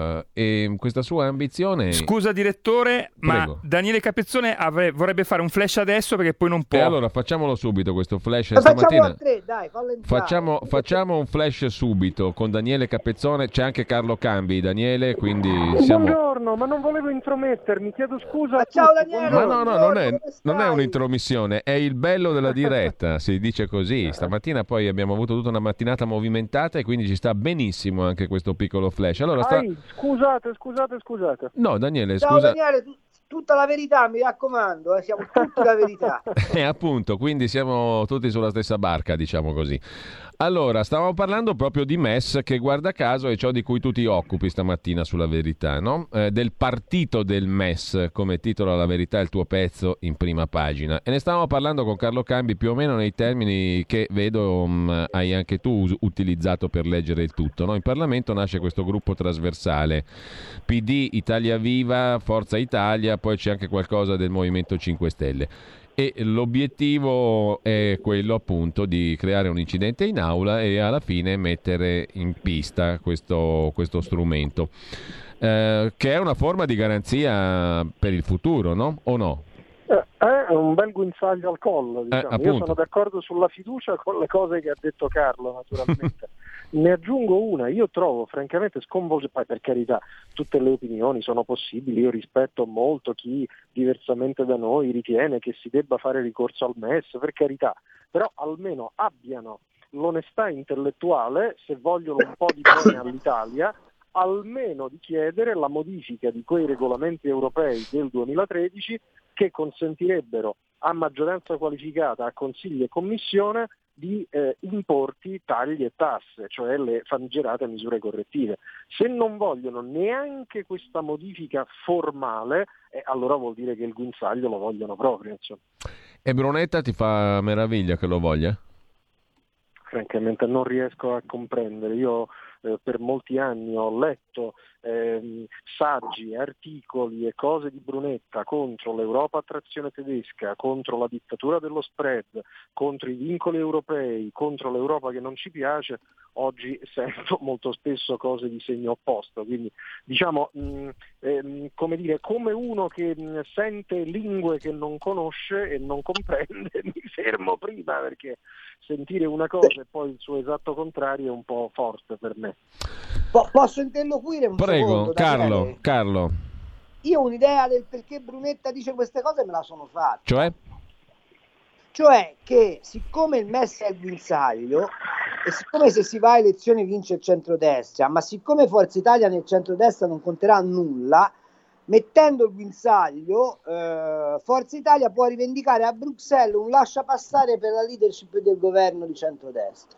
e questa sua ambizione... Scusa direttore, Prego. ma Daniele Capezzone vorrebbe fare un flash adesso perché poi non può. E allora facciamo subito questo flash Lo facciamo stamattina. a tre, dai, fallo entrare. Facciamo un flash subito con Daniele Capezzone, c'è anche Carlo Cambi, Daniele, quindi siamo... Buongiorno, ma non volevo intromettermi, chiedo scusa. Ma ciao Daniele! Ma no, non è Come stai? un'intromissione, è il bello della diretta, si dice così. Stamattina poi abbiamo avuto tutta una mattinata movimentata e quindi ci sta benissimo anche questo piccolo flash. Allora Scusate. No, Daniele, Ciao scusa. Daniele, tutta la verità, mi raccomando, siamo tutti la verità. Appunto, quindi siamo tutti sulla stessa barca, diciamo così. Allora, stavamo parlando proprio di MES, che guarda caso è ciò di cui tu ti occupi stamattina sulla Verità, no? Del partito del MES, come titola La Verità il tuo pezzo in prima pagina. E ne stavamo parlando con Carlo Cambi più o meno nei termini che vedo hai anche tu utilizzato per leggere il tutto, no? In Parlamento nasce questo gruppo trasversale, PD, Italia Viva, Forza Italia, poi c'è anche qualcosa del Movimento 5 Stelle. E l'obiettivo è quello appunto di creare un incidente in aula e alla fine mettere in pista questo strumento, che è una forma di garanzia per il futuro, no? O no? È un bel guinzaglio al collo, diciamo. Io sono d'accordo sulla fiducia con le cose che ha detto Carlo, naturalmente. Ne aggiungo una, io trovo francamente sconvolgente, poi per carità tutte le opinioni sono possibili, io rispetto molto chi diversamente da noi ritiene che si debba fare ricorso al MES, per carità, però almeno abbiano l'onestà intellettuale, se vogliono un po' di bene all'Italia, almeno di chiedere la modifica di quei regolamenti europei del 2013 che consentirebbero a maggioranza qualificata, a Consiglio e Commissione, di importi, tagli e tasse, cioè le famigerate misure correttive. Se non vogliono neanche questa modifica formale, allora vuol dire che il guinzaglio lo vogliono proprio. Insomma. E Brunetta ti fa meraviglia che lo voglia? Francamente non riesco a comprendere. Io per molti anni ho letto saggi, articoli e cose di Brunetta contro l'Europa a trazione tedesca, contro la dittatura dello spread, contro i vincoli europei, contro l'Europa che non ci piace. Oggi sento molto spesso cose di segno opposto, quindi diciamo come dire, come uno che sente lingue che non conosce e non comprende, mi fermo prima, perché sentire una cosa e poi il suo esatto contrario è un po' forte per me. Posso interloquire un Prego, secondo, Carlo. Io ho un'idea del perché Brunetta dice queste cose, me la sono fatta. Cioè che siccome il MES è il guinzaglio e siccome se si va a elezioni vince il centrodestra, ma siccome Forza Italia nel centrodestra non conterà nulla, mettendo il guinzaglio Forza Italia può rivendicare a Bruxelles un lascia passare per la leadership del governo di centrodestra.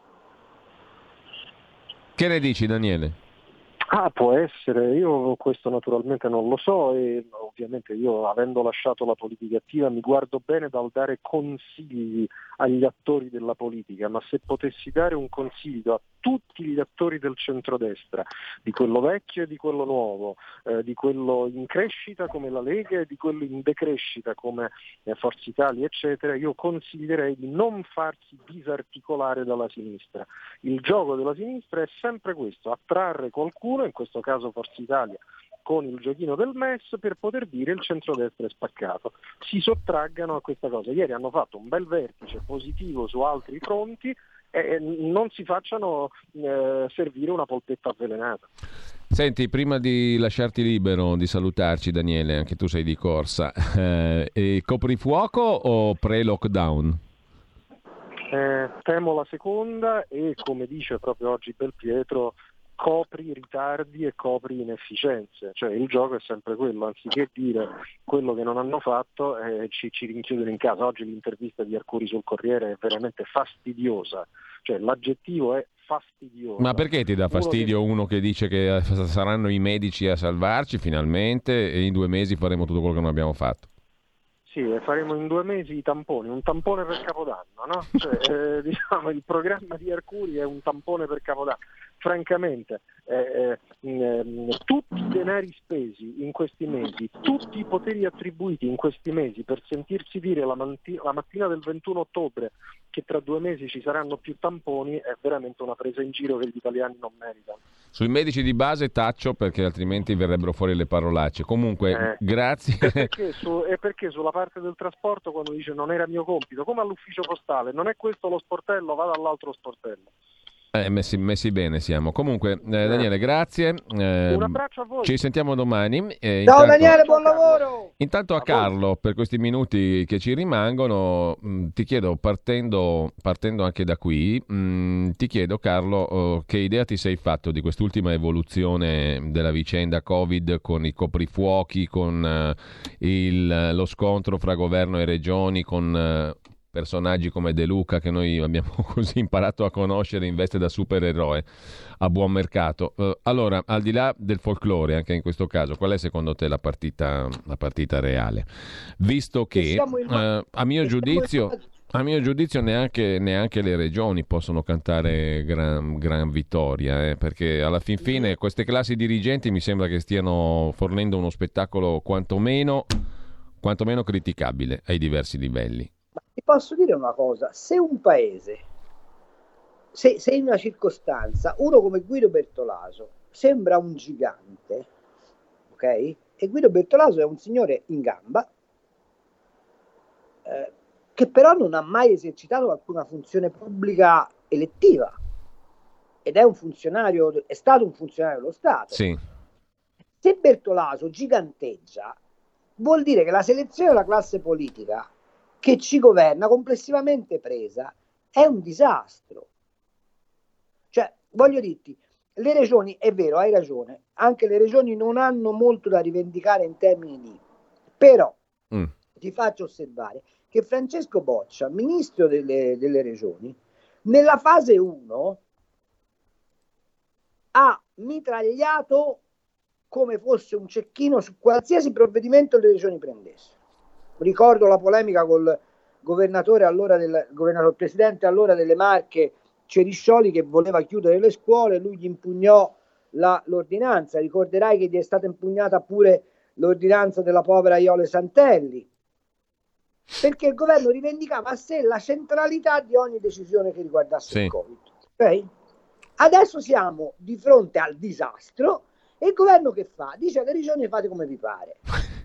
Che ne dici, Daniele? Può essere, io questo naturalmente non lo so e ovviamente io, avendo lasciato la politica attiva, mi guardo bene dal dare consigli agli attori della politica, ma se potessi dare un consiglio a tutti gli attori del centrodestra, di quello vecchio e di quello nuovo, di quello in crescita come la Lega e di quello in decrescita come Forza Italia eccetera, io consiglierei di non farsi disarticolare dalla sinistra. Il gioco della sinistra è sempre questo, attrarre qualcuno, in questo caso Forza Italia, con il giochino del MES per poter dire il centrodestra è spaccato. Si sottraggano a questa cosa. Ieri hanno fatto un bel vertice positivo su altri fronti e non si facciano servire una polpetta avvelenata. Senti, prima di lasciarti libero di salutarci, Daniele, anche tu sei di corsa, coprifuoco o pre-lockdown? Temo la seconda e, come dice proprio oggi Belpietro, copri ritardi e copri inefficienze, cioè il gioco è sempre quello, anziché dire quello che non hanno fatto ci rinchiudono in casa. Oggi l'intervista di Arcuri sul Corriere è veramente fastidiosa, cioè l'aggettivo è fastidioso. Ma perché ti dà fastidio uno che dice che saranno i medici a salvarci finalmente e in 2 mesi faremo tutto quello che non abbiamo fatto? Sì, faremo in 2 mesi i tamponi, un tampone per Capodanno, no? Cioè, diciamo, il programma di Arcuri è un tampone per Capodanno. francamente tutti i denari spesi in questi mesi, tutti i poteri attribuiti in questi mesi per sentirsi dire la mattina del 21 ottobre che tra 2 mesi ci saranno più tamponi è veramente una presa in giro che gli italiani non meritano. Sui medici di base taccio perché altrimenti verrebbero fuori le parolacce. Comunque, grazie. E perché sulla parte del trasporto quando dice non era mio compito, come all'ufficio postale, non è questo lo sportello, vada all'altro sportello. Messi bene siamo. Comunque, Daniele, grazie. Un abbraccio a voi. Ci sentiamo domani. Ciao Daniele, buon lavoro. Intanto a Carlo, per questi minuti che ci rimangono, ti chiedo, partendo anche da qui, ti chiedo Carlo, che idea ti sei fatto di quest'ultima evoluzione della vicenda Covid con i coprifuochi, con lo scontro fra governo e regioni, con personaggi come De Luca che noi abbiamo così imparato a conoscere in veste da supereroe a buon mercato. Allora, al di là del folklore, anche in questo caso, qual è secondo te la partita reale? Visto che a mio giudizio neanche le regioni possono cantare gran vittoria, perché alla fin fine queste classi dirigenti mi sembra che stiano fornendo uno spettacolo quantomeno criticabile ai diversi livelli. Ma ti posso dire una cosa, se un paese, se in una circostanza, uno come Guido Bertolaso sembra un gigante, ok? E Guido Bertolaso è un signore in gamba, che però non ha mai esercitato alcuna funzione pubblica elettiva, ed è stato un funzionario dello Stato. Sì. Se Bertolaso giganteggia, vuol dire che la selezione della classe politica che ci governa complessivamente presa è un disastro. Cioè, voglio dirti, le regioni, è vero, hai ragione, anche le regioni non hanno molto da rivendicare in termini di... Però ti faccio osservare che Francesco Boccia, ministro delle regioni, nella fase 1 ha mitragliato come fosse un cecchino su qualsiasi provvedimento le regioni prendessero. Ricordo la polemica col presidente allora delle Marche, Ceriscioli, che voleva chiudere le scuole, lui gli impugnò l'ordinanza. Ricorderai che gli è stata impugnata pure l'ordinanza della povera Iole Santelli, perché il governo rivendicava a sé la centralità di ogni decisione che riguardasse il Covid. Okay? Adesso siamo di fronte al disastro e il governo che fa? Dice alle regioni fate come vi pare.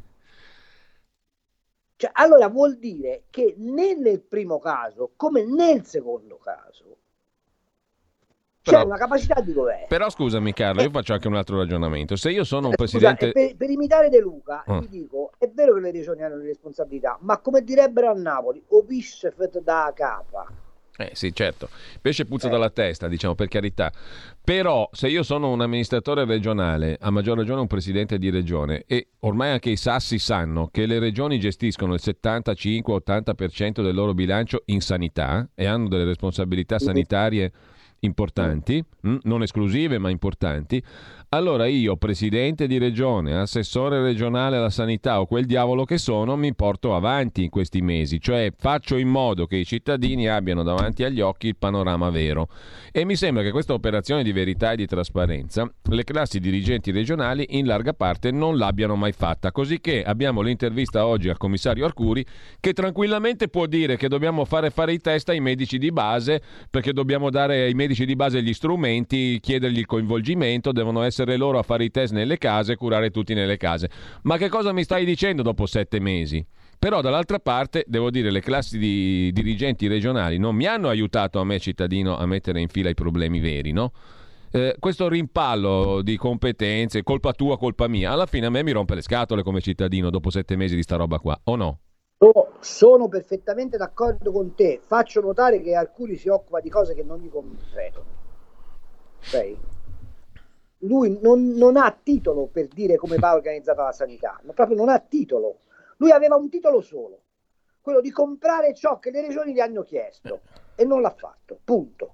Cioè, allora vuol dire che né nel primo caso come nel secondo caso c'è una capacità di governo. Però scusami Carlo, io faccio anche un altro ragionamento. Se io sono un presidente... Per imitare De Luca, ti dico, è vero che le regioni hanno le responsabilità, ma come direbbero a Napoli, o pisce fet da capa. Sì, certo, pesce puzza dalla testa, diciamo, per carità. Però se io sono un amministratore regionale, a maggior ragione un presidente di regione, e ormai anche i sassi sanno che le regioni gestiscono il 75-80% del loro bilancio in sanità e hanno delle responsabilità sanitarie importanti, non esclusive ma importanti, allora io, presidente di regione, assessore regionale alla sanità o quel diavolo che sono, mi porto avanti in questi mesi, cioè faccio in modo che i cittadini abbiano davanti agli occhi il panorama vero. E mi sembra che questa operazione di verità e di trasparenza le classi dirigenti regionali in larga parte non l'abbiano mai fatta, così che abbiamo l'intervista oggi al commissario Arcuri che tranquillamente può dire che dobbiamo fare i test ai medici di base, perché dobbiamo dare ai medici di base gli strumenti, chiedergli il coinvolgimento, devono essere loro a fare i test nelle case, curare tutti nelle case. Ma che cosa mi stai dicendo dopo 7 mesi? Però dall'altra parte, devo dire, le classi di dirigenti regionali non mi hanno aiutato a me cittadino a mettere in fila i problemi veri, no? Questo rimpallo di competenze, colpa tua, colpa mia, alla fine a me mi rompe le scatole come cittadino dopo 7 mesi di sta roba qua, o no? Sono perfettamente d'accordo con te. Faccio notare che Arcuri si occupa di cose che non gli competono. Okay? Lui non ha titolo per dire come va organizzata la sanità, ma proprio non ha titolo. Lui aveva un titolo solo, quello di comprare ciò che le regioni gli hanno chiesto, e non l'ha fatto, punto.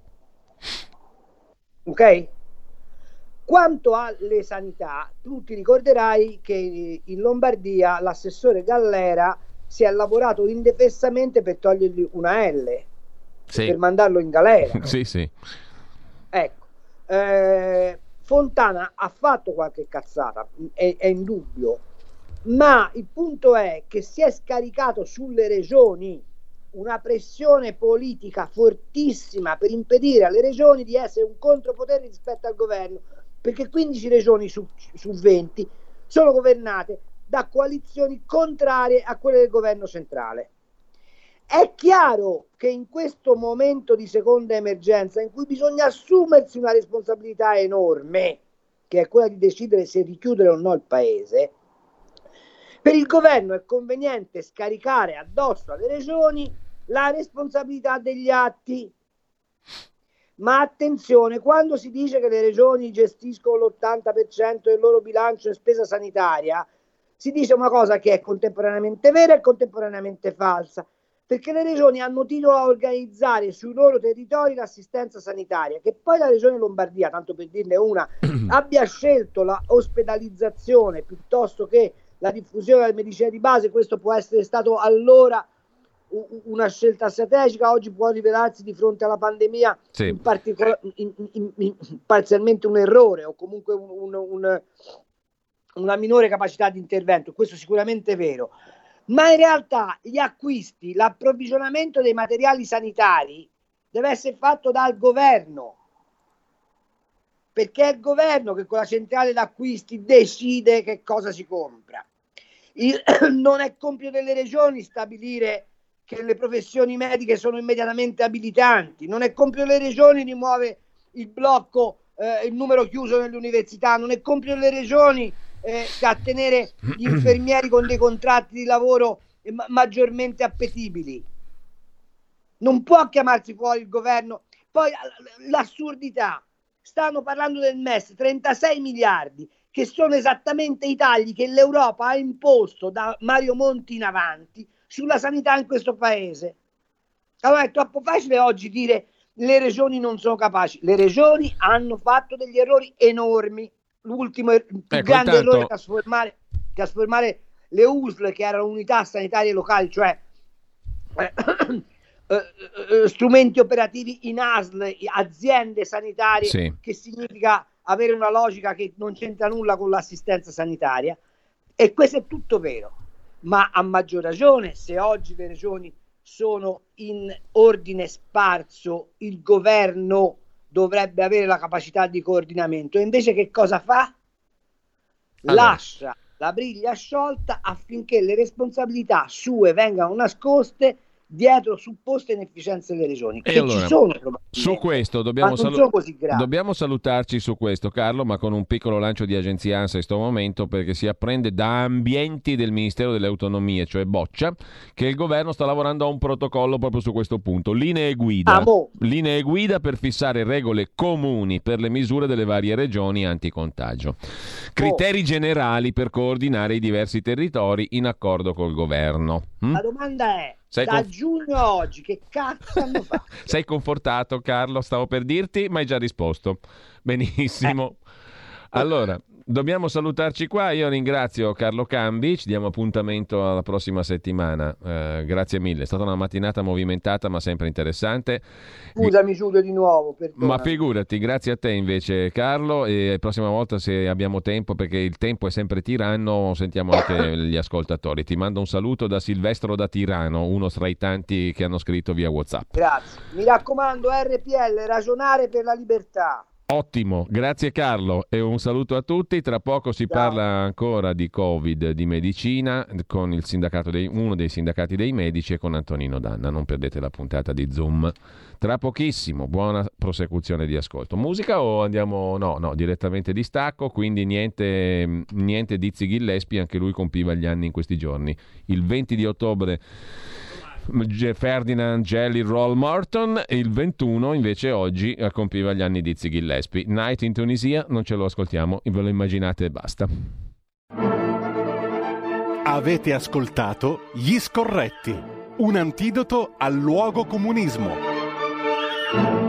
Ok? Quanto alle sanità, tu ti ricorderai che in Lombardia l'assessore Gallera si è lavorato indefessamente per togliergli una L, per mandarlo in galera. Sì. Ecco, Fontana ha fatto qualche cazzata, è indubbio, ma il punto è che si è scaricato sulle regioni una pressione politica fortissima per impedire alle regioni di essere un contropotere rispetto al governo, perché 15 regioni su 20 sono governate da coalizioni contrarie a quelle del governo centrale. È chiaro che in questo momento di seconda emergenza, in cui bisogna assumersi una responsabilità enorme, che è quella di decidere se richiudere o no il paese, per il governo è conveniente scaricare addosso alle regioni la responsabilità degli atti. Ma attenzione, quando si dice che le regioni gestiscono l'80% del loro bilancio in spesa sanitaria, si dice una cosa che è contemporaneamente vera e contemporaneamente falsa, perché le regioni hanno titolo a organizzare sui loro territori l'assistenza sanitaria. Che poi la regione Lombardia, tanto per dirne una, abbia scelto la ospedalizzazione piuttosto che la diffusione della medicina di base, questo può essere stato allora una scelta strategica, oggi può rivelarsi di fronte alla pandemia sì. Parzialmente un errore o comunque una minore capacità di intervento, questo sicuramente è vero, ma in realtà gli acquisti, l'approvvigionamento dei materiali sanitari deve essere fatto dal governo, perché è il governo che con la centrale d'acquisti decide che cosa si compra. Non è compito delle regioni stabilire che le professioni mediche sono immediatamente abilitanti, non è compito delle regioni rimuovere il blocco, il numero chiuso nelle università, non è compito delle regioni a tenere gli infermieri con dei contratti di lavoro maggiormente appetibili. Non può chiamarsi fuori il governo. Poi l'assurdità, stanno parlando del MES, 36 miliardi, che sono esattamente i tagli che l'Europa ha imposto da Mario Monti in avanti sulla sanità in questo paese. Allora è troppo facile oggi dire le regioni non sono capaci. Le regioni hanno fatto degli errori enormi. L'ultimo più grande errore trasformare le USL, che erano unità sanitarie locali, cioè strumenti operativi in ASL, aziende sanitarie, sì. Che significa avere una logica che non c'entra nulla con l'assistenza sanitaria, e questo è tutto vero, ma a maggior ragione se oggi le regioni sono in ordine sparso, il governo dovrebbe avere la capacità di coordinamento, e invece che cosa fa? Allora. Lascia la briglia sciolta affinché le responsabilità sue vengano nascoste dietro supposte inefficienze delle regioni, che allora, ci sono su questo dobbiamo salutarci su questo, Carlo, ma con un piccolo lancio di agenzia ANSA in questo momento, perché si apprende da ambienti del Ministero delle Autonomie, cioè Boccia, che il governo sta lavorando a un protocollo proprio su questo punto, linee guida per fissare regole comuni per le misure delle varie regioni anticontagio, criteri generali per coordinare i diversi territori in accordo col governo. La domanda è: da giugno a oggi che cazzo hanno fatto? Sei confortato, Carlo? Stavo per dirti, ma hai già risposto. Benissimo. Allora, dobbiamo salutarci qua. Io ringrazio Carlo Cambi, ci diamo appuntamento alla prossima settimana. Grazie mille, è stata una mattinata movimentata ma sempre interessante. Scusami Giulio di nuovo. Perdonami. Ma figurati, grazie a te invece Carlo, e la prossima volta, se abbiamo tempo, perché il tempo è sempre tiranno, sentiamo anche gli ascoltatori. Ti mando un saluto da Silvestro da Tirano, uno tra i tanti che hanno scritto via WhatsApp. Grazie, mi raccomando, RPL, ragionare per la libertà. Ottimo, grazie Carlo, e un saluto a tutti. Tra poco si parla ancora di Covid, di medicina, con il sindacato uno dei sindacati dei medici e con Antonino Danna. Non perdete la puntata di Zoom tra pochissimo. Buona prosecuzione di ascolto. Musica o andiamo? No, direttamente distacco, quindi niente Dizzy Gillespie, anche lui compiva gli anni in questi giorni. Il 20 di ottobre Ferdinand Jelly Roll Morton, e il 21 invece oggi compiva gli anni Dizzy Gillespie. Night in Tunisia non ce lo ascoltiamo, ve lo immaginate e basta. Avete ascoltato Gli Scorretti, un antidoto al luogo comunismo.